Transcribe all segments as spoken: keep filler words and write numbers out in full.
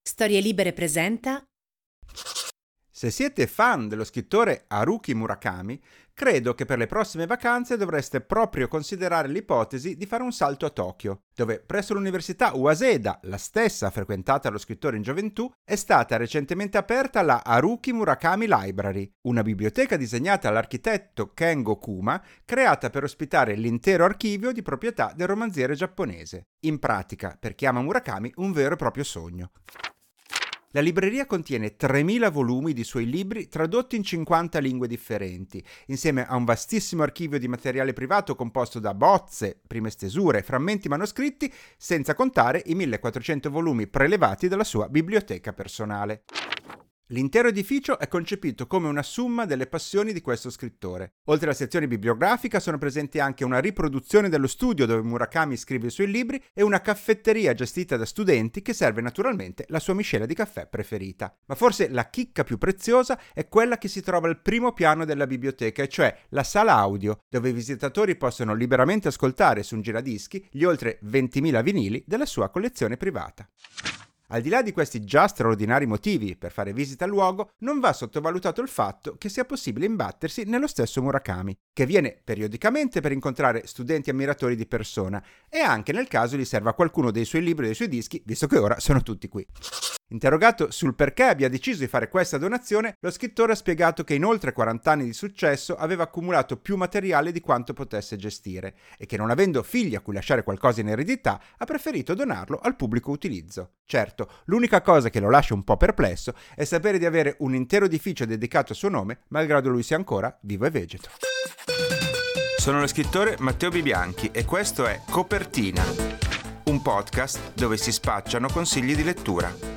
Storie Libere presenta. Se siete fan dello scrittore Haruki Murakami, credo che per le prossime vacanze dovreste proprio considerare l'ipotesi di fare un salto a Tokyo, dove presso l'Università Waseda, la stessa frequentata dallo scrittore in gioventù, è stata recentemente aperta la Haruki Murakami Library, una biblioteca disegnata dall'architetto Kengo Kuma, creata per ospitare l'intero archivio di proprietà del romanziere giapponese. In pratica, per chi ama Murakami, un vero e proprio sogno. La libreria contiene tremila volumi di suoi libri tradotti in cinquanta lingue differenti, insieme a un vastissimo archivio di materiale privato composto da bozze, prime stesure, frammenti manoscritti, senza contare i millequattrocento volumi prelevati dalla sua biblioteca personale. L'intero edificio è concepito come una summa delle passioni di questo scrittore. Oltre alla sezione bibliografica sono presenti anche una riproduzione dello studio dove Murakami scrive i suoi libri e una caffetteria gestita da studenti che serve naturalmente la sua miscela di caffè preferita. Ma forse la chicca più preziosa è quella che si trova al primo piano della biblioteca, e cioè la sala audio, dove i visitatori possono liberamente ascoltare su un giradischi gli oltre ventimila vinili della sua collezione privata. Al di là di questi già straordinari motivi per fare visita al luogo, non va sottovalutato il fatto che sia possibile imbattersi nello stesso Murakami, che viene periodicamente per incontrare studenti ammiratori di persona, e anche nel caso gli serva qualcuno dei suoi libri e dei suoi dischi, visto che ora sono tutti qui. Interrogato sul perché abbia deciso di fare questa donazione, lo scrittore ha spiegato che in oltre quaranta anni di successo aveva accumulato più materiale di quanto potesse gestire e che, non avendo figli a cui lasciare qualcosa in eredità, ha preferito donarlo al pubblico utilizzo. Certo, l'unica cosa che lo lascia un po' perplesso è sapere di avere un intero edificio dedicato a suo nome, malgrado lui sia ancora vivo e vegeto. Sono lo scrittore Matteo Bibianchi e questo è Copertina, un podcast dove si spacciano consigli di lettura.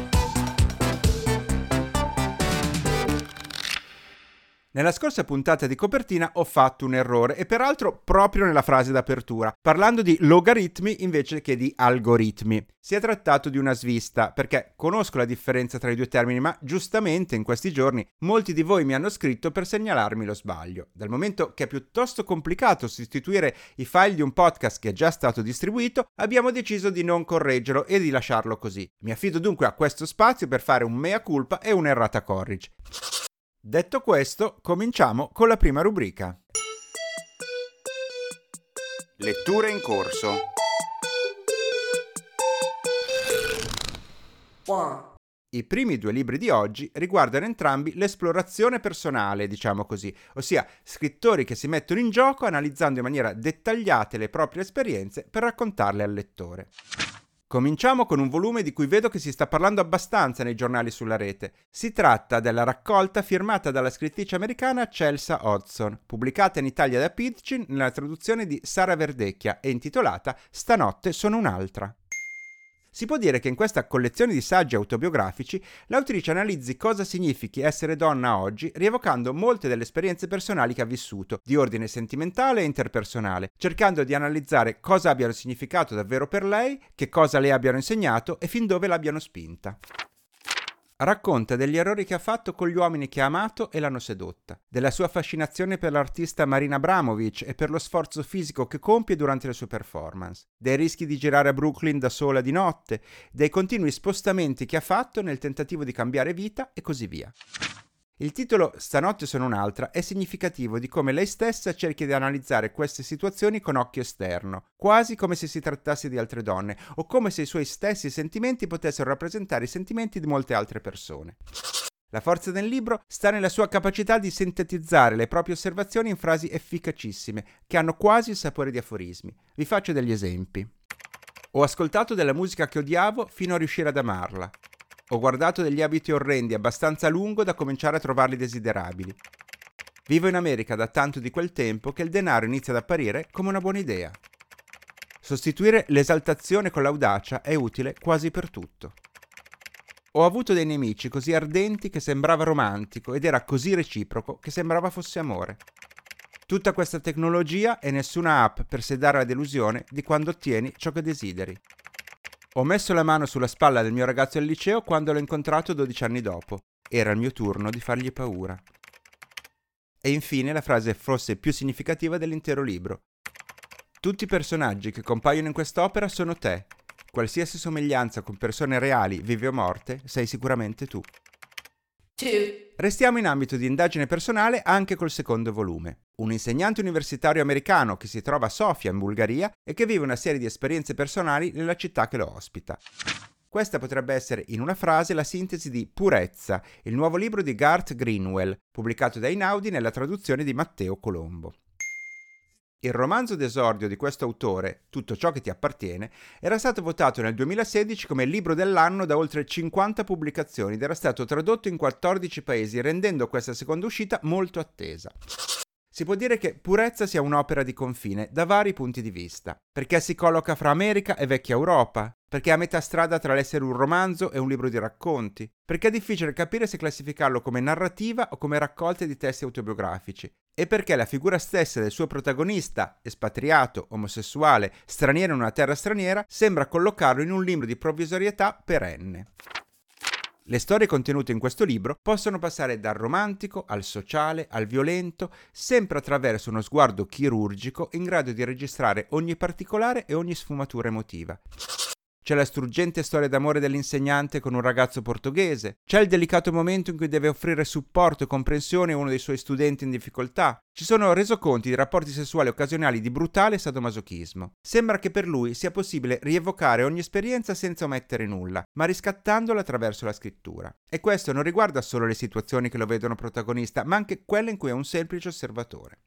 Nella scorsa puntata di Copertina ho fatto un errore, e peraltro proprio nella frase d'apertura, parlando di logaritmi invece che di algoritmi. Si è trattato di una svista, perché conosco la differenza tra i due termini, ma giustamente in questi giorni molti di voi mi hanno scritto per segnalarmi lo sbaglio. Dal momento che è piuttosto complicato sostituire i file di un podcast che è già stato distribuito, abbiamo deciso di non correggerlo e di lasciarlo così. Mi affido dunque a questo spazio per fare un mea culpa e un errata corrige. Detto questo, cominciamo con la prima rubrica. Letture in corso. I primi due libri di oggi riguardano entrambi l'esplorazione personale, diciamo così, ossia scrittori che si mettono in gioco analizzando in maniera dettagliata le proprie esperienze per raccontarle al lettore. Cominciamo con un volume di cui vedo che si sta parlando abbastanza nei giornali sulla rete. Si tratta della raccolta firmata dalla scrittrice americana Chelsea Hodgson, pubblicata in Italia da Pidgin nella traduzione di Sara Verdecchia e intitolata Stanotte sono un'altra. Si può dire che in questa collezione di saggi autobiografici l'autrice analizzi cosa significhi essere donna oggi, rievocando molte delle esperienze personali che ha vissuto, di ordine sentimentale e interpersonale, cercando di analizzare cosa abbiano significato davvero per lei, che cosa le abbiano insegnato e fin dove l'abbiano spinta. Racconta degli errori che ha fatto con gli uomini che ha amato e l'hanno sedotta, della sua fascinazione per l'artista Marina Abramovic e per lo sforzo fisico che compie durante le sue performance, dei rischi di girare a Brooklyn da sola di notte, dei continui spostamenti che ha fatto nel tentativo di cambiare vita e così via. Il titolo Stanotte sono un'altra è significativo di come lei stessa cerchi di analizzare queste situazioni con occhio esterno, quasi come se si trattasse di altre donne, o come se i suoi stessi sentimenti potessero rappresentare i sentimenti di molte altre persone. La forza del libro sta nella sua capacità di sintetizzare le proprie osservazioni in frasi efficacissime, che hanno quasi il sapore di aforismi. Vi faccio degli esempi. Ho ascoltato della musica che odiavo fino a riuscire ad amarla. Ho guardato degli abiti orrendi abbastanza a lungo da cominciare a trovarli desiderabili. Vivo in America da tanto di quel tempo che il denaro inizia ad apparire come una buona idea. Sostituire l'esaltazione con l'audacia è utile quasi per tutto. Ho avuto dei nemici così ardenti che sembrava romantico ed era così reciproco che sembrava fosse amore. Tutta questa tecnologia e nessuna app per sedare la delusione di quando ottieni ciò che desideri. Ho messo la mano sulla spalla del mio ragazzo al liceo quando l'ho incontrato dodici anni dopo. Era il mio turno di fargli paura. E infine la frase forse più significativa dell'intero libro. Tutti i personaggi che compaiono in quest'opera sono te, qualsiasi somiglianza con persone reali, vive o morte, sei sicuramente tu. Two. Restiamo in ambito di indagine personale anche col secondo volume. Un insegnante universitario americano che si trova a Sofia, in Bulgaria, e che vive una serie di esperienze personali nella città che lo ospita. Questa potrebbe essere, in una frase, la sintesi di Purezza, il nuovo libro di Garth Greenwell, pubblicato da Einaudi nella traduzione di Matteo Colombo. Il romanzo d'esordio di questo autore, Tutto ciò che ti appartiene, era stato votato nel duemilasedici come libro dell'anno da oltre cinquanta pubblicazioni ed era stato tradotto in quattordici paesi, rendendo questa seconda uscita molto attesa. Si può dire che Purezza sia un'opera di confine da vari punti di vista, perché si colloca fra America e vecchia Europa, perché è a metà strada tra l'essere un romanzo e un libro di racconti, perché è difficile capire se classificarlo come narrativa o come raccolte di testi autobiografici, e perché la figura stessa del suo protagonista, espatriato, omosessuale, straniero in una terra straniera, sembra collocarlo in un limbo di provvisorietà perenne. Le storie contenute in questo libro possono passare dal romantico al sociale al violento, sempre attraverso uno sguardo chirurgico in grado di registrare ogni particolare e ogni sfumatura emotiva. C'è la struggente storia d'amore dell'insegnante con un ragazzo portoghese, c'è il delicato momento in cui deve offrire supporto e comprensione a uno dei suoi studenti in difficoltà, ci sono resoconti di rapporti sessuali occasionali di brutale sadomasochismo. Sembra che per lui sia possibile rievocare ogni esperienza senza omettere nulla, ma riscattandola attraverso la scrittura. E questo non riguarda solo le situazioni che lo vedono protagonista, ma anche quelle in cui è un semplice osservatore.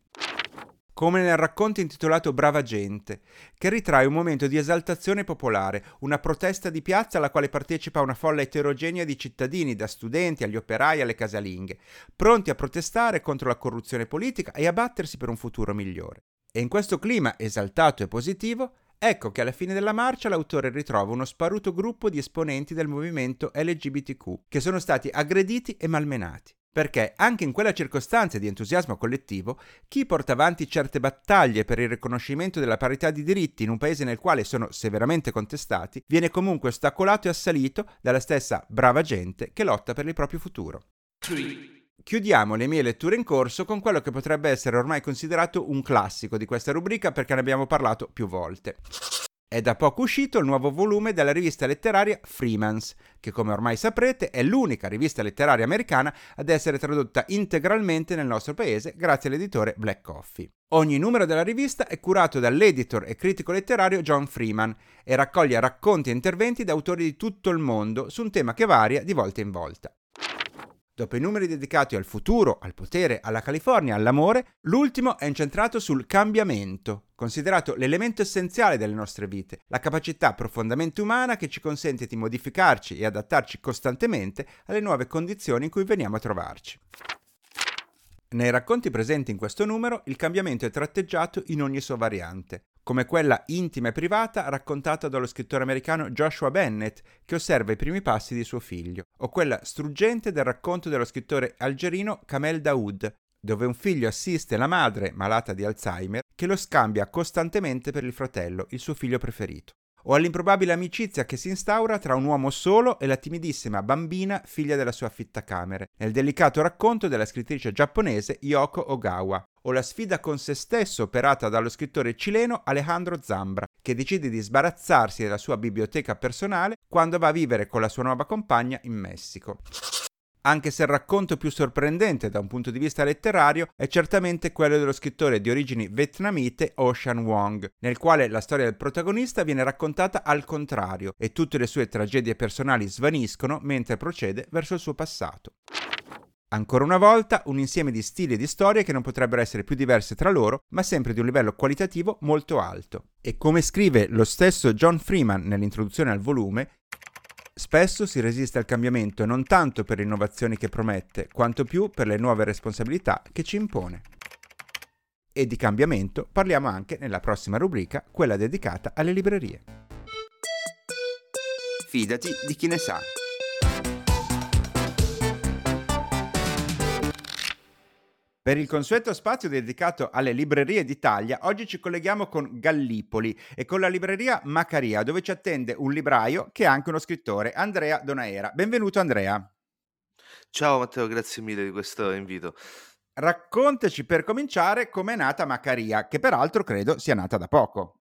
Come nel racconto intitolato Brava gente, che ritrae un momento di esaltazione popolare, una protesta di piazza alla quale partecipa una folla eterogenea di cittadini, da studenti agli operai alle casalinghe, pronti a protestare contro la corruzione politica e a battersi per un futuro migliore. E in questo clima esaltato e positivo, ecco che alla fine della marcia l'autore ritrova uno sparuto gruppo di esponenti del movimento L G B T Q che sono stati aggrediti e malmenati. Perché anche in quella circostanza di entusiasmo collettivo, chi porta avanti certe battaglie per il riconoscimento della parità di diritti in un paese nel quale sono severamente contestati, viene comunque ostacolato e assalito dalla stessa brava gente che lotta per il proprio futuro. Three. Chiudiamo le mie letture in corso con quello che potrebbe essere ormai considerato un classico di questa rubrica perché ne abbiamo parlato più volte. È da poco uscito il nuovo volume della rivista letteraria Freeman's, che come ormai saprete è l'unica rivista letteraria americana ad essere tradotta integralmente nel nostro paese grazie all'editore Black Coffee. Ogni numero della rivista è curato dall'editor e critico letterario John Freeman e raccoglie racconti e interventi da autori di tutto il mondo su un tema che varia di volta in volta. Dopo i numeri dedicati al futuro, al potere, alla California, all'amore, l'ultimo è incentrato sul cambiamento, considerato l'elemento essenziale delle nostre vite, la capacità profondamente umana che ci consente di modificarci e adattarci costantemente alle nuove condizioni in cui veniamo a trovarci. Nei racconti presenti in questo numero, il cambiamento è tratteggiato in ogni sua variante, come quella intima e privata raccontata dallo scrittore americano Joshua Bennett, che osserva i primi passi di suo figlio, o quella struggente del racconto dello scrittore algerino Kamel Daoud, dove un figlio assiste la madre, malata di Alzheimer, che lo scambia costantemente per il fratello, il suo figlio preferito. O all'improbabile amicizia che si instaura tra un uomo solo e la timidissima bambina figlia della sua affittacamere, nel delicato racconto della scrittrice giapponese Yoko Ogawa, o la sfida con se stesso operata dallo scrittore cileno Alejandro Zambra, che decide di sbarazzarsi della sua biblioteca personale quando va a vivere con la sua nuova compagna in Messico. Anche se il racconto più sorprendente da un punto di vista letterario è certamente quello dello scrittore di origini vietnamite Ocean Vuong, nel quale la storia del protagonista viene raccontata al contrario e tutte le sue tragedie personali svaniscono mentre procede verso il suo passato. Ancora una volta, un insieme di stili e di storie che non potrebbero essere più diverse tra loro, ma sempre di un livello qualitativo molto alto. E come scrive lo stesso John Freeman nell'introduzione al volume, spesso si resiste al cambiamento non tanto per le innovazioni che promette, quanto più per le nuove responsabilità che ci impone. E di cambiamento parliamo anche nella prossima rubrica, quella dedicata alle librerie. Fidati di chi ne sa. Per il consueto spazio dedicato alle librerie d'Italia, oggi ci colleghiamo con Gallipoli e con la libreria Macaria, dove ci attende un libraio che è anche uno scrittore, Andrea Donaera. Benvenuto Andrea. Ciao Matteo, grazie mille di questo invito. Raccontaci per cominciare com'è nata Macaria, che peraltro credo sia nata da poco.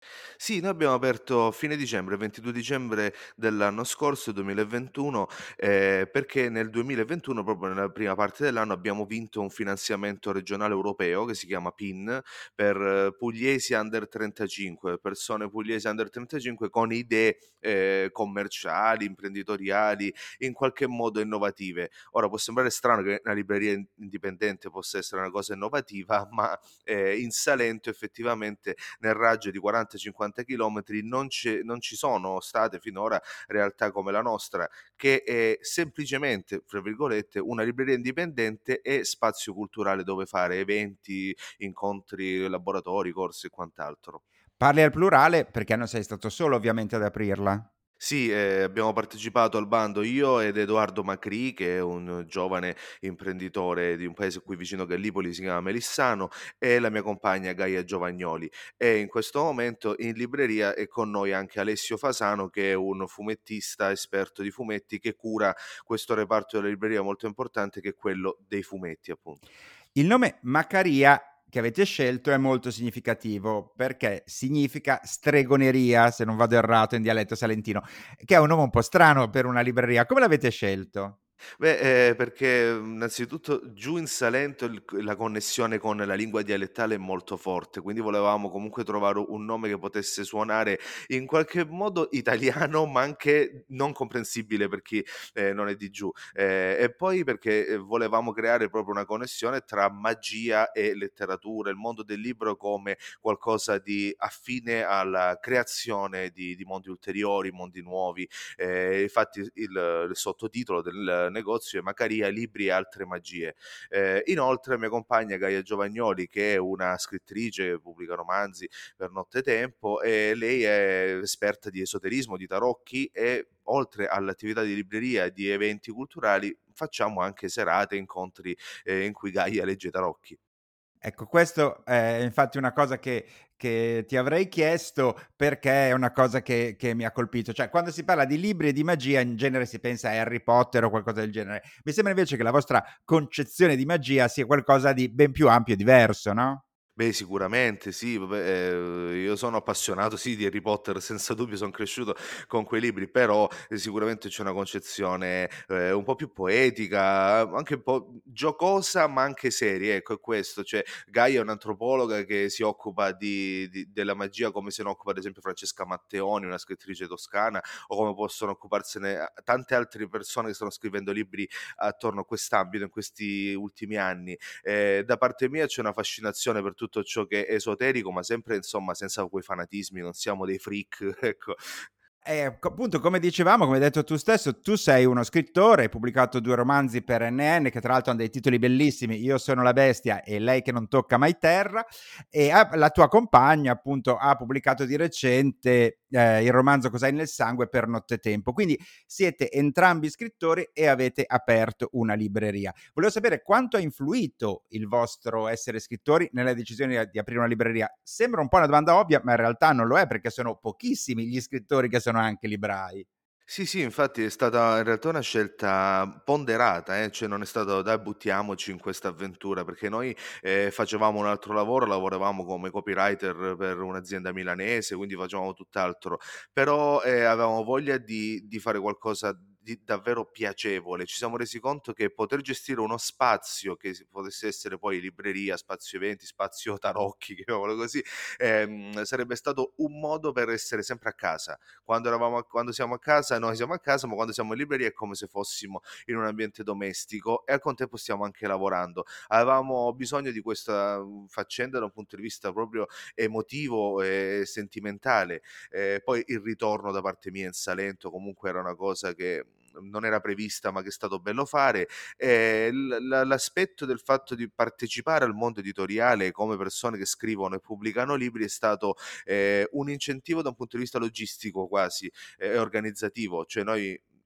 Sì, noi abbiamo aperto a fine dicembre, il ventidue dicembre dell'anno scorso, duemilaventuno, ehm, perché nel duemilaventuno, proprio nella prima parte dell'anno, abbiamo vinto un finanziamento regionale europeo che si chiama P I N, per eh, pugliesi under trentacinque, persone pugliesi under trentacinque con idee, ehm, commerciali, imprenditoriali, in qualche modo innovative. Ora può sembrare strano che una libreria in indipendente possa essere una cosa innovativa, ma, ehm, in Salento effettivamente nel raggio di quaranta cinquanta chilometri non c'è non ci sono state finora realtà come la nostra, che è semplicemente, fra virgolette, "una libreria indipendente e spazio culturale dove fare eventi, incontri, laboratori, corsi e quant'altro". Parli al plurale perché non sei stato solo ovviamente ad aprirla. Sì, ehm, abbiamo partecipato al bando io ed Edoardo Macri, che è un giovane imprenditore di un paese qui vicino Gallipoli, si chiama Melissano, e la mia compagna Gaia Giovagnoli. E in questo momento in libreria è con noi anche Alessio Fasano, che è un fumettista esperto di fumetti, che cura questo reparto della libreria molto importante, che è quello dei fumetti, appunto. Il nome Maccaria che avete scelto è molto significativo perché significa stregoneria, se non vado errato in dialetto salentino, che è un nome un po' strano per una libreria. Come l'avete scelto? Beh, ehm, perché, mhmm, innanzitutto giù in Salento il c la connessione con la lingua dialettale è molto forte, quindi volevamo comunque trovare un nome che potesse suonare in qualche modo italiano, ma anche non comprensibile per chi, ehm, non è di giù. Ehm, e poi perché, ehm, volevamo creare proprio una connessione tra magia e letteratura, il mondo del libro come qualcosa di affine alla creazione di di mondi ulteriori, mondi nuovi. Ehm, infatti il il sottotitolo del negozio è Macaria, libri e altre magie. Ehm, inoltre mia compagna Gaia Giovagnoli, che è una scrittrice, pubblica romanzi per nottetempo, e lei è esperta di esoterismo, di tarocchi, e oltre all'attività di libreria e di eventi culturali facciamo anche serate, incontri, ehm, in cui Gaia legge tarocchi. Ecco, questo è infatti una cosa che che ti avrei chiesto perché è una cosa che che mi ha colpito. Cioè, quando si parla di libri e di magia in genere si pensa a Harry Potter o qualcosa del genere. Mi sembra invece che la vostra concezione di magia sia qualcosa di ben più ampio e diverso, no? Beh, sicuramente sì, vabbè, ehm, io sono appassionato sì di Harry Potter, senza dubbio son cresciuto con quei libri, però, ehm, sicuramente c'è una concezione, ehm, un po' più poetica, anche un po' giocosa, ma anche seria, ecco, è questo. Cioè, Gaia è un'antropologa che si occupa di di della magia come se ne occupa ad esempio Francesca Matteoni, una scrittrice toscana, o come possono occuparsene a tante altre persone che stanno scrivendo libri attorno a quest'ambito in questi ultimi anni. Ehm, da parte mia c'è una fascinazione per tutto ciò che è esoterico, ma sempre insomma senza quei fanatismi, non siamo dei freak, ecco. Eh, co appunto, come dicevamo, come hai detto tu stesso, tu sei uno scrittore, hai pubblicato due romanzi per N N che tra l'altro han dei titoli bellissimi, Io sono la bestia e Lei che non tocca mai terra, e a la tua compagna appunto ha pubblicato di recente, ehm, il romanzo Cos'hai nel sangue per Nottetempo. Quindi siete entrambi scrittori e avete aperto una libreria. Volevo sapere quanto ha influito il vostro essere scrittori nella decisione di aprire una libreria. Sembra un po' una domanda ovvia, ma in realtà non lo è perché sono pochissimi gli scrittori che sono anche librai. Sì, sì, infatti è stata in realtà una scelta ponderata, eh, cioè non è stato: "Dai buttiamoci in questa avventura", perché noi, ehm, facevamo un altro lavoro, lavoravamo come copywriter per un'azienda milanese, quindi facevamo tutt'altro, però, ehm, avevamo voglia di di fare qualcosa di davvero piacevole. Ci siamo resi conto che poter gestire uno spazio che s potesse essere poi libreria, spazio eventi, spazio tarocchi, chiamiamolo così, ehm, sarebbe stato un modo per essere sempre a casa. Quando eravamo a quando siamo a casa noi siamo a casa, ma quando siamo in libreria è come se fossimo in un ambiente domestico, e al contempo stiamo anche lavorando. Avevamo bisogno di questa, mhmm, faccenda da un punto di vista proprio emotivo e sentimentale. Ehm, poi il ritorno da parte mia in Salento comunque era una cosa che, mhmm, non era prevista, ma che è stato bello fare. Ehm, l la l'aspetto del fatto di partecipare al mondo editoriale come persone che scrivono e pubblicano libri è stato, ehm, un incentivo da un punto di vista logistico quasi, eh, e organizzativo. Cioè noi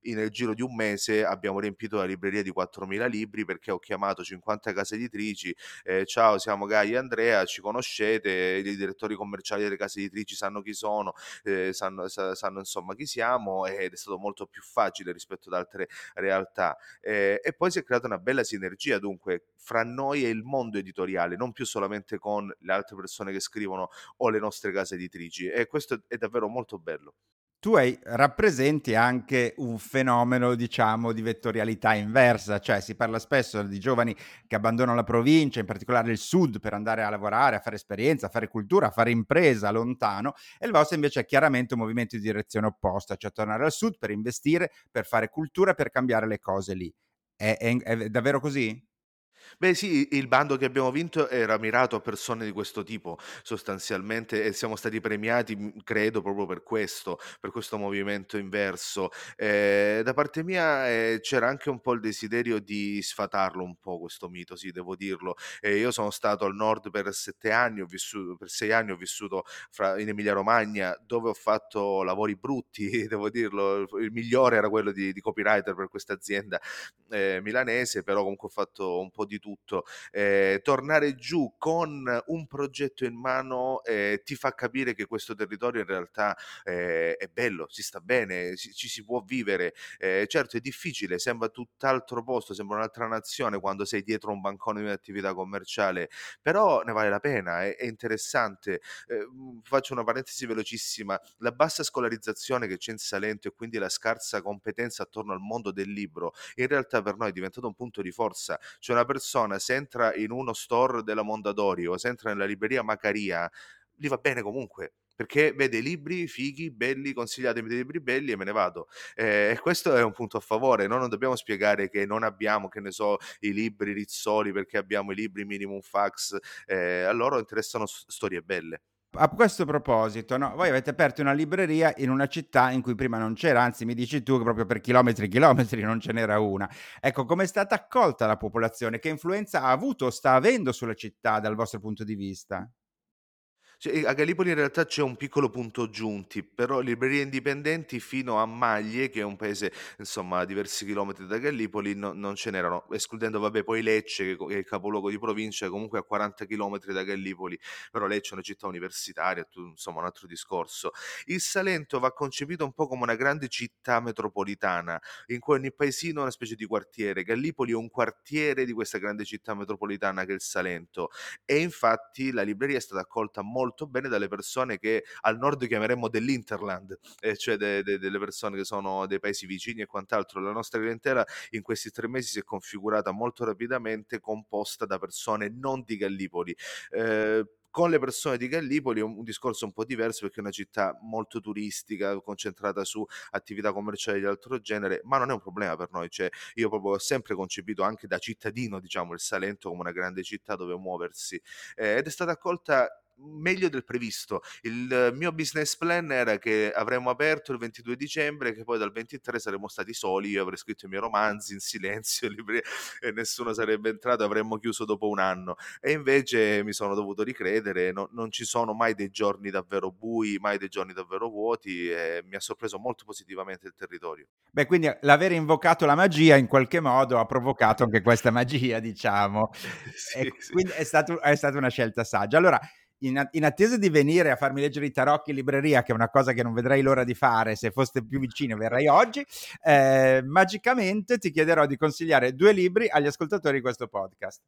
nel giro di un mese abbiamo riempito la libreria di quattromila libri, perché ho chiamato cinquanta case editrici, eh, ciao, siamo Gaia e Andrea, ci conoscete, i direttori commerciali delle case editrici sanno chi sono, eh, sanno, sa- sanno insomma chi siamo, ed è stato molto più facile rispetto ad altre realtà. Eh, e poi si è creata una bella sinergia dunque fra noi e il mondo editoriale, non più solamente con le altre persone che scrivono o le nostre case editrici, e questo è davvero molto bello. Tu hai rappresenti anche un fenomeno, diciamo, di vettorialità inversa, cioè si parla spesso di giovani che abbandonano la provincia, in particolare il sud, per andare a lavorare, a fare esperienza, a fare cultura, a fare impresa lontano, e il vostro invece è chiaramente un movimento di direzione opposta, cioè tornare al sud per investire, per fare cultura, per cambiare le cose lì. È, è- è davvero così? Beh sì, il bando che abbiamo vinto era mirato a persone di questo tipo sostanzialmente, e siamo stati premiati, mhmm, credo proprio per questo, per questo movimento inverso. Ehm, da parte mia, ehm, c'era anche un po' il desiderio di sfatarlo un po' questo mito, sì, devo dirlo. Ehm, io sono stato al nord per sette anni, ho vissu per sei anni ho vissuto fra in Emilia Romagna, dove ho fatto lavori brutti, devo dirlo. Il il migliore era quello di di copywriter per questa azienda ehm, milanese, però comunque ho fatto un po' di tutto. Ehm, tornare giù con un progetto in mano, ehm, ti fa capire che questo territorio in realtà, ehm, è bello, si sta bene, ci ci si può vivere. Ehm, certo è difficile, sembra tutt'altro posto, sembra un'altra nazione quando sei dietro un bancone di un'attività commerciale, però ne vale la pena, è è interessante. Ehm, faccio una parentesi velocissima: la bassa scolarizzazione che c'è in Salento e quindi la scarsa competenza attorno al mondo del libro, in realtà per noi è diventato un punto di forza. Cioè una persona se entra in uno store della Mondadori o se entra nella libreria Macaria, gli va bene comunque, perché vede libri fighi, belli, consigliatemi dei libri belli e me ne vado. Ehm, e questo è un punto a favore. Noi non dobbiamo spiegare che non abbiamo, che ne so, i libri Rizzoli perché abbiamo i libri Minimum Fax. Ehm, a loro interessano s storie belle. A questo proposito, no, voi avete aperto una libreria in una città in cui prima non c'era, anzi mi dici tu che proprio per chilometri e chilometri non ce n'era una. Ecco, com'è stata accolta la popolazione? Che influenza ha avuto o sta avendo sulla città dal vostro punto di vista? Cioè, ehm, a Gallipoli in realtà c'è un piccolo punto giunti, però librerie indipendenti fino a Maglie, che è un paese insomma a diversi chilometri da Gallipoli, no, non ce n'erano, escludendo vabbè poi Lecce che co che è il capoluogo di provincia, comunque a quaranta chilometri da Gallipoli, però Lecce è una città universitaria, tu insomma un altro discorso. Il Salento va concepito un po' come una grande città metropolitana, in cui ogni paesino è una specie di quartiere. Gallipoli è un quartiere di questa grande città metropolitana che è il Salento. E infatti la libreria è stata accolta molto bene dalle persone che al nord chiameremmo dell'Interland, eh, cioè de- de- delle persone che sono dei paesi vicini e quant'altro. La nostra clientela in questi tre mesi si è configurata molto rapidamente, composta da persone non di Gallipoli. Eh, con le persone di Gallipoli è un, un discorso un po' diverso, perché è una città molto turistica, concentrata su attività commerciali di altro genere, ma non è un problema per noi. Cioè, io proprio ho sempre concepito anche da cittadino, diciamo, il Salento come una grande città dove muoversi, ehm, ed è stata accolta meglio del previsto. Il mio business plan era che avremmo aperto il ventidue dicembre, che poi dal ventitré saremmo stati soli, io avrei scritto i miei romanzi in silenzio, libri, e nessuno sarebbe entrato, avremmo chiuso dopo un anno. E invece mi sono dovuto ricredere, no, non ci sono mai dei giorni davvero bui, mai dei giorni davvero vuoti, e mi ha sorpreso molto positivamente il territorio. Beh, quindi l'aver invocato la magia in qualche modo ha provocato anche questa magia, diciamo. E Sì, sì. quindi è stato è stata una scelta saggia. Allora, in a in attesa di venire a farmi leggere i tarocchi in libreria, che è una cosa che non vedrei l'ora di fare, se foste più vicini verrei oggi, ehm, magicamente ti chiederò di consigliare due libri agli ascoltatori di questo podcast.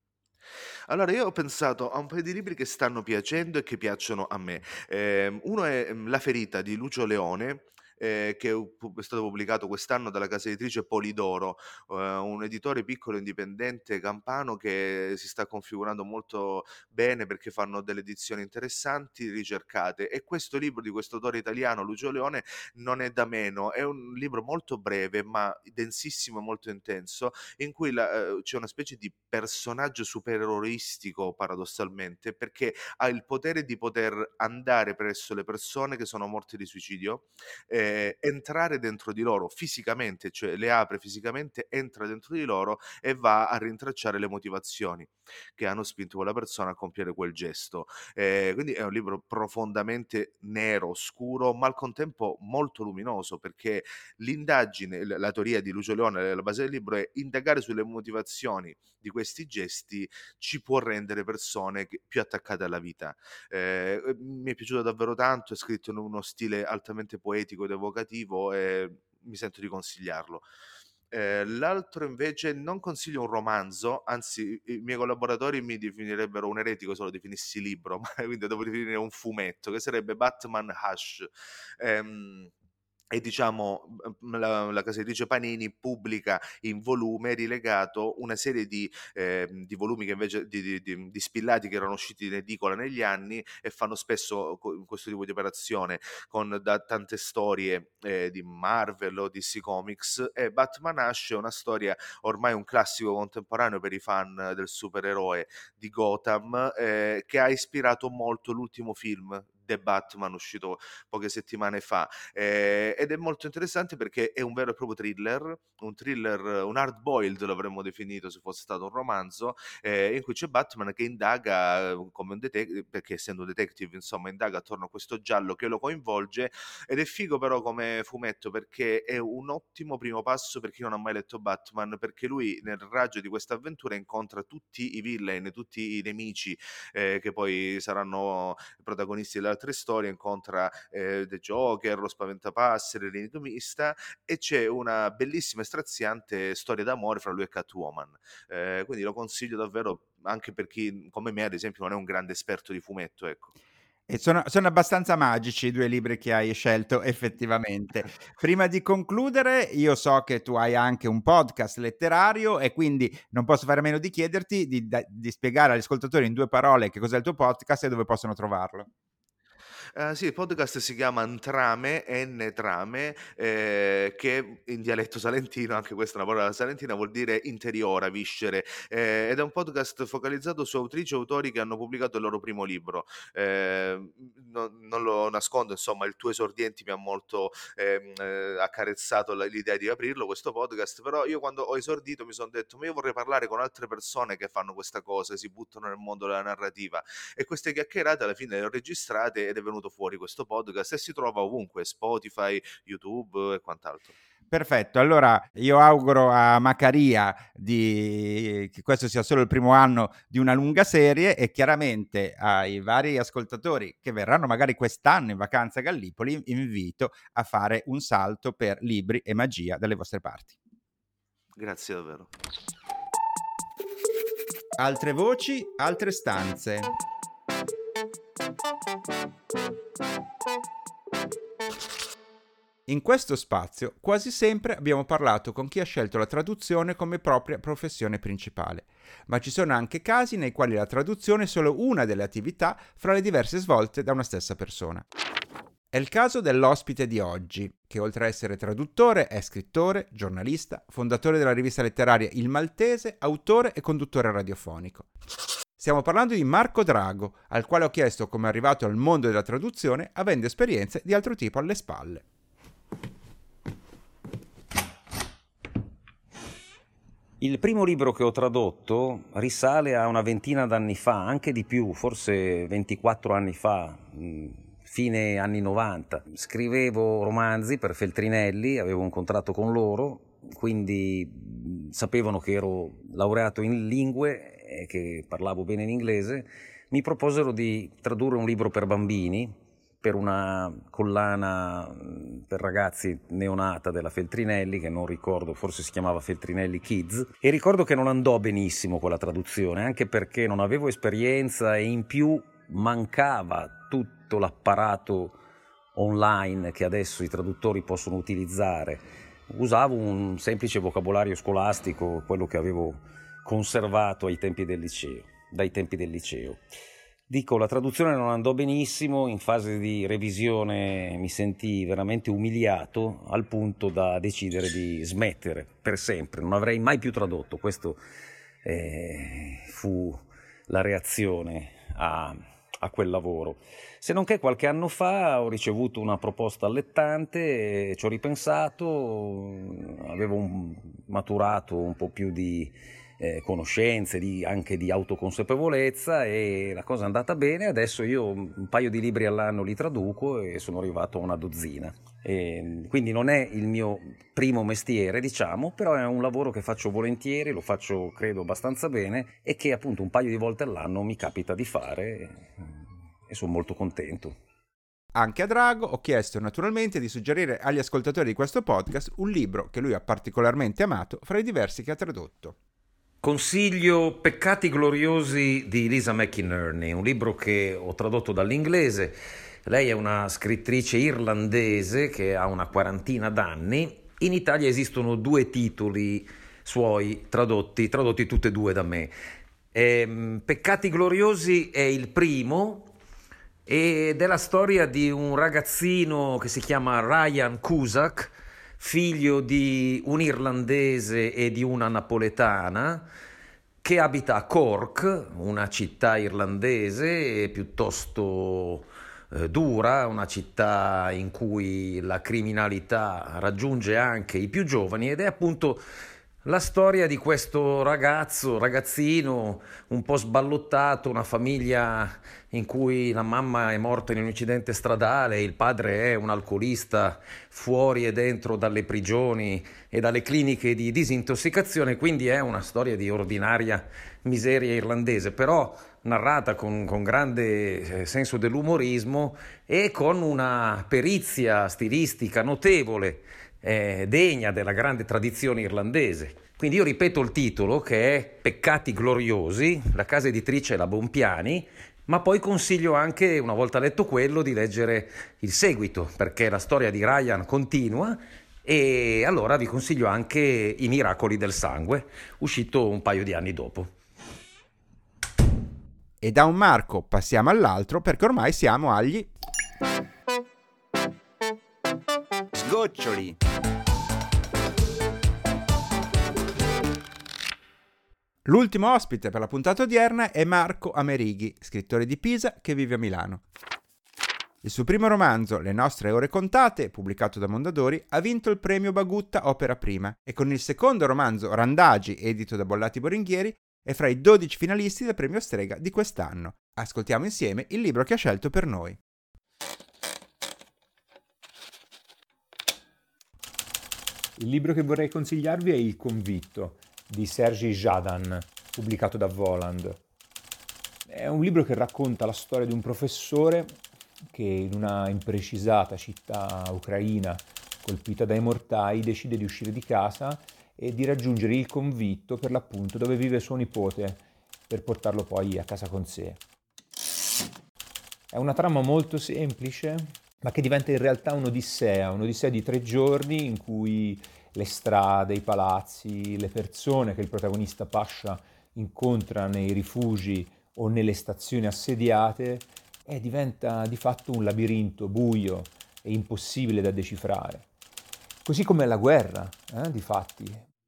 Allora, io ho pensato a un paio di libri che stanno piacendo e che piacciono a me. Ehm, uno è, ehm, La ferita di Lucio Leone, ehm, che è u pu è stato pubblicato quest'anno dalla casa editrice Polidoro, uhm, un editore piccolo indipendente campano che si sta configurando molto bene, perché fanno delle edizioni interessanti, ricercate. E questo libro di questo autore italiano, Lucio Leone, non è da meno. È un libro molto breve, ma densissimo e molto intenso, in cui la ehm, c'è una specie di personaggio supereroistico paradossalmente, perché ha il potere di poter andare presso le persone che sono morte di suicidio, ehm, eh, entrare dentro di loro fisicamente, cioè le apre fisicamente, entra dentro di loro e va a rintracciare le motivazioni che hanno spinto quella persona a compiere quel gesto. Eh, quindi è un libro profondamente nero, scuro, ma al contempo molto luminoso, perché l'indagine, l- la teoria di Lucio Leone, la base del libro è indagare sulle motivazioni di questi gesti ci può rendere persone che- più attaccate alla vita. Eh, eh, mi è piaciuto davvero tanto, è scritto in uno stile altamente poetico ed evocativo e mi sento di consigliarlo. Eh, l'altro invece non consiglio un romanzo, anzi i miei collaboratori mi definirebbero un eretico se lo definissi libro, ma quindi devo definire un fumetto, che sarebbe Batman Hush. Ehm, e diciamo m- la, la casa editrice Panini pubblica in volume rilegato una serie di, ehm, di volumi che invece di, di- di- di spillati che erano usciti in edicola negli anni e fanno spesso co- questo tipo di operazione con da tante storie eh, di Marvel o D C Comics, e Batman Hush è una storia ormai un classico contemporaneo per i fan del supereroe di Gotham, eh, che ha ispirato molto l'ultimo film The Batman uscito poche settimane fa. Eh, ed è molto interessante perché è un vero e proprio thriller, un thriller, un hard boiled l'avremmo definito se fosse stato un romanzo, eh, in cui c'è Batman che indaga eh, come un detective, perché essendo un detective insomma indaga attorno a questo giallo che lo coinvolge. Ed è figo però come fumetto, perché è un ottimo primo passo per chi non ha mai letto Batman, perché lui nel raggio di questa avventura incontra tutti i villain, tutti i nemici eh, che poi saranno protagonisti delle altre storie, incontra eh, The Joker, lo Spaventapasseri, l'Enigmista, e c'è una bellissima e straziante storia d'amore fra lui e Catwoman. Eh, quindi lo consiglio davvero anche per chi come me ad esempio non è un grande esperto di fumetto, ecco. E sono, sono abbastanza magici i due libri che hai scelto, effettivamente. Prima di concludere, io so che tu hai anche un podcast letterario e quindi non posso fare a meno di chiederti di, da- di spiegare agli ascoltatori in due parole che cos'è il tuo podcast e dove possono trovarlo. Eh, sì, il podcast si chiama Ntrame, N-Trame, eh, che in dialetto salentino, anche questa è una parola salentina, vuol dire interiora, viscere, eh, ed è un podcast focalizzato su autrici e autori che hanno pubblicato il loro primo libro. Eh, non, non lo nascondo, insomma, il tuo esordienti mi ha molto ehm, eh, accarezzato la- l'idea di aprirlo, questo podcast, però io quando ho esordito mi sono detto, ma io vorrei parlare con altre persone che fanno questa cosa, si buttano nel mondo della narrativa, e queste chiacchierate alla fine le ho registrate ed è venuto fuori questo podcast e si trova ovunque, Spotify, YouTube e quant'altro. Perfetto, allora io auguro a Macaria di... che questo sia solo il primo anno di una lunga serie e chiaramente ai vari ascoltatori che verranno magari quest'anno in vacanza a Gallipoli invito a fare un salto per libri e magia dalle vostre parti. Grazie davvero. Altre voci, altre stanze. In questo spazio quasi sempre abbiamo parlato con chi ha scelto la traduzione come propria professione principale, ma ci sono anche casi nei quali la traduzione è solo una delle attività fra le diverse svolte da una stessa persona. È il caso dell'ospite di oggi, che oltre a essere traduttore è scrittore, giornalista, fondatore della rivista letteraria Il Maltese, autore e conduttore radiofonico. Stiamo parlando di Marco Drago, al quale ho chiesto come è arrivato al mondo della traduzione avendo esperienze di altro tipo alle spalle. Il primo libro che ho tradotto risale a una ventina d'anni fa, anche di più, forse ventiquattro anni fa, fine anni novanta. Scrivevo romanzi per Feltrinelli, avevo un contratto con loro, quindi sapevano che ero laureato in lingue e che parlavo bene in inglese. Mi proposero di tradurre un libro per bambini, per una collana per ragazzi neonata della Feltrinelli, che non ricordo, forse si chiamava Feltrinelli Kids, e ricordo che non andò benissimo quella traduzione, anche perché non avevo esperienza e in più mancava tutto l'apparato online che adesso i traduttori possono utilizzare. Usavo un semplice vocabolario scolastico, quello che avevo conservato ai tempi del liceo, dai tempi del liceo. Dico, la traduzione non andò benissimo, in fase di revisione mi sentii veramente umiliato al punto da decidere di smettere per sempre, non avrei mai più tradotto. Questo eh, fu la reazione a, a quel lavoro. Se non che qualche anno fa ho ricevuto una proposta allettante, ci ho ripensato, avevo un, maturato un po' più di eh, conoscenze, di, anche di autoconsapevolezza, e la cosa è andata bene. Adesso io un paio di libri all'anno li traduco e sono arrivato a una dozzina. E quindi non è il mio primo mestiere, diciamo, però è un lavoro che faccio volentieri, lo faccio credo abbastanza bene, e che appunto un paio di volte all'anno mi capita di fare, e sono molto contento. Anche a Drago ho chiesto naturalmente di suggerire agli ascoltatori di questo podcast un libro che lui ha particolarmente amato fra i diversi che ha tradotto. Consiglio Peccati gloriosi di Lisa McInerney, un libro che ho tradotto dall'inglese. Lei è una scrittrice irlandese che ha una quarantina d'anni. In Italia esistono due titoli suoi tradotti, tradotti tutti e due da me. Ehm, Peccati gloriosi è il primo, ed è la storia di un ragazzino che si chiama Ryan Cusack, figlio di un irlandese e di una napoletana, che abita a Cork, una città irlandese piuttosto eh, dura, una città in cui la criminalità raggiunge anche i più giovani, ed è appunto la storia di questo ragazzo, ragazzino un po' sballottato, una famiglia in cui la mamma è morta in un incidente stradale, il padre è un alcolista fuori e dentro dalle prigioni e dalle cliniche di disintossicazione, quindi è una storia di ordinaria miseria irlandese, però narrata con, con grande senso dell'umorismo e con una perizia stilistica notevole, Eh, degna della grande tradizione irlandese. Quindi io ripeto il titolo, che è Peccati gloriosi, la casa editrice è la Bompiani, ma poi consiglio anche, una volta letto quello, di leggere il seguito, perché la storia di Ryan continua, e allora vi consiglio anche I miracoli del sangue, uscito un paio di anni dopo. E da un Marco passiamo all'altro, perché ormai siamo agli Sgoccioli. L'ultimo ospite per la puntata odierna è Marco Amerighi, scrittore di Pisa che vive a Milano. Il suo primo romanzo, Le nostre ore contate, pubblicato da Mondadori, ha vinto il premio Bagutta Opera Prima, e con il secondo romanzo, Randagi, edito da Bollati Boringhieri, è fra i dodici finalisti del premio Strega di quest'anno. Ascoltiamo insieme il libro che ha scelto per noi. Il libro che vorrei consigliarvi è Il convitto di Sergej Zhadan, pubblicato da Voland. È un libro che racconta la storia di un professore che in una imprecisata città ucraina colpita dai mortai decide di uscire di casa e di raggiungere il convitto, per l'appunto, dove vive suo nipote, per portarlo poi a casa con sé. È una trama molto semplice, ma che diventa in realtà un'odissea, un'odissea di tre giorni in cui le strade, i palazzi, le persone che il protagonista Pasha incontra nei rifugi o nelle stazioni assediate, e diventa di fatto un labirinto buio e impossibile da decifrare. Così come la guerra, eh, di fatti.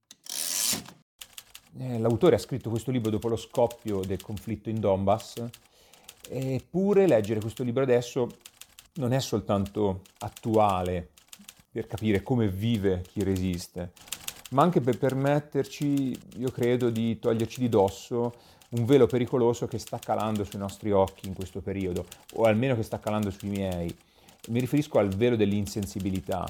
Eh, l'autore ha scritto questo libro dopo lo scoppio del conflitto in Donbass, eppure leggere questo libro adesso non è soltanto attuale per capire come vive chi resiste, ma anche per permetterci, io credo, di toglierci di dosso un velo pericoloso che sta calando sui nostri occhi in questo periodo, o almeno che sta calando sui miei. Mi riferisco al velo dell'insensibilità.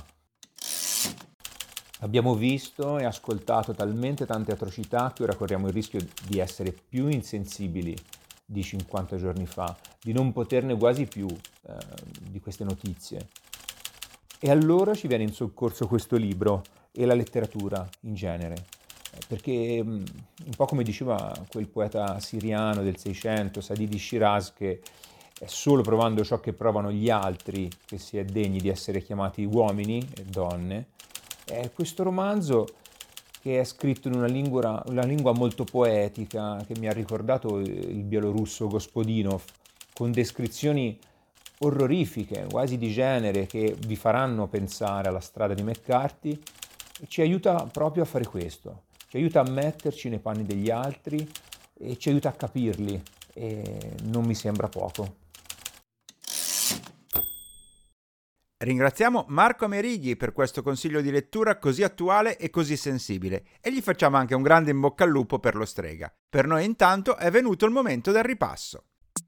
Abbiamo visto e ascoltato talmente tante atrocità che ora corriamo il rischio di essere più insensibili di cinquanta giorni fa, di non poterne quasi più eh, di queste notizie. E allora ci viene in soccorso questo libro e la letteratura in genere, perché un po' come diceva quel poeta siriano del Seicento, Sadidi Shiraz, che è solo provando ciò che provano gli altri che si è degni di essere chiamati uomini e donne. È questo romanzo, che è scritto in una lingua, una lingua molto poetica, che mi ha ricordato il bielorusso Gospodinov, con descrizioni orrorifiche, quasi di genere, che vi faranno pensare alla Strada di McCarthy, e ci aiuta proprio a fare questo, ci aiuta a metterci nei panni degli altri e ci aiuta a capirli, e non mi sembra poco. Ringraziamo Marco Amerighi per questo consiglio di lettura così attuale e così sensibile e gli facciamo anche un grande in bocca al lupo per lo Strega. Per noi intanto è venuto il momento del ripasso.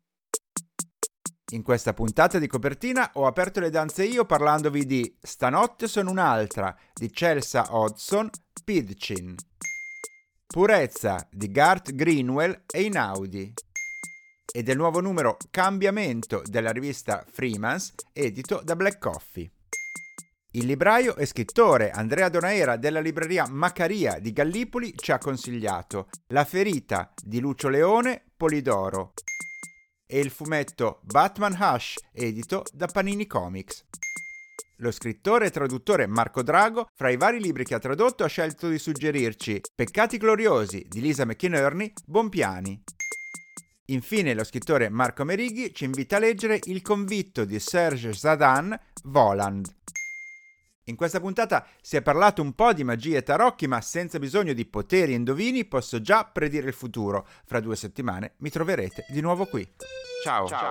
In questa puntata di copertina ho aperto le danze io parlandovi di Stanotte sono un'altra di Chelsea Hodgson, Pidchin, Purezza di Garth Greenwell e Inaudi e del nuovo numero Cambiamento della rivista Freemans, edito da Black Coffee. Il libraio e scrittore Andrea Donaera della libreria Macaria di Gallipoli ci ha consigliato La ferita di Lucio Leone, Polidoro, e il fumetto Batman Hush, edito da Panini Comics. Lo scrittore e traduttore Marco Drago, fra i vari libri che ha tradotto, ha scelto di suggerirci Peccati gloriosi di Lisa McInerney, Bompiani. Infine lo scrittore Marco Amerighi ci invita a leggere Il convitto di Serge Zadan, Voland. In questa puntata si è parlato un po' di magie e tarocchi, ma senza bisogno di poteri e indovini posso già predire il futuro. Fra due settimane mi troverete di nuovo qui. Ciao! Ciao.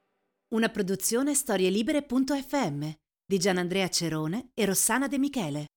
Una produzione storielibere punto effe emme di Gianandrea Cerone e Rossana De Michele.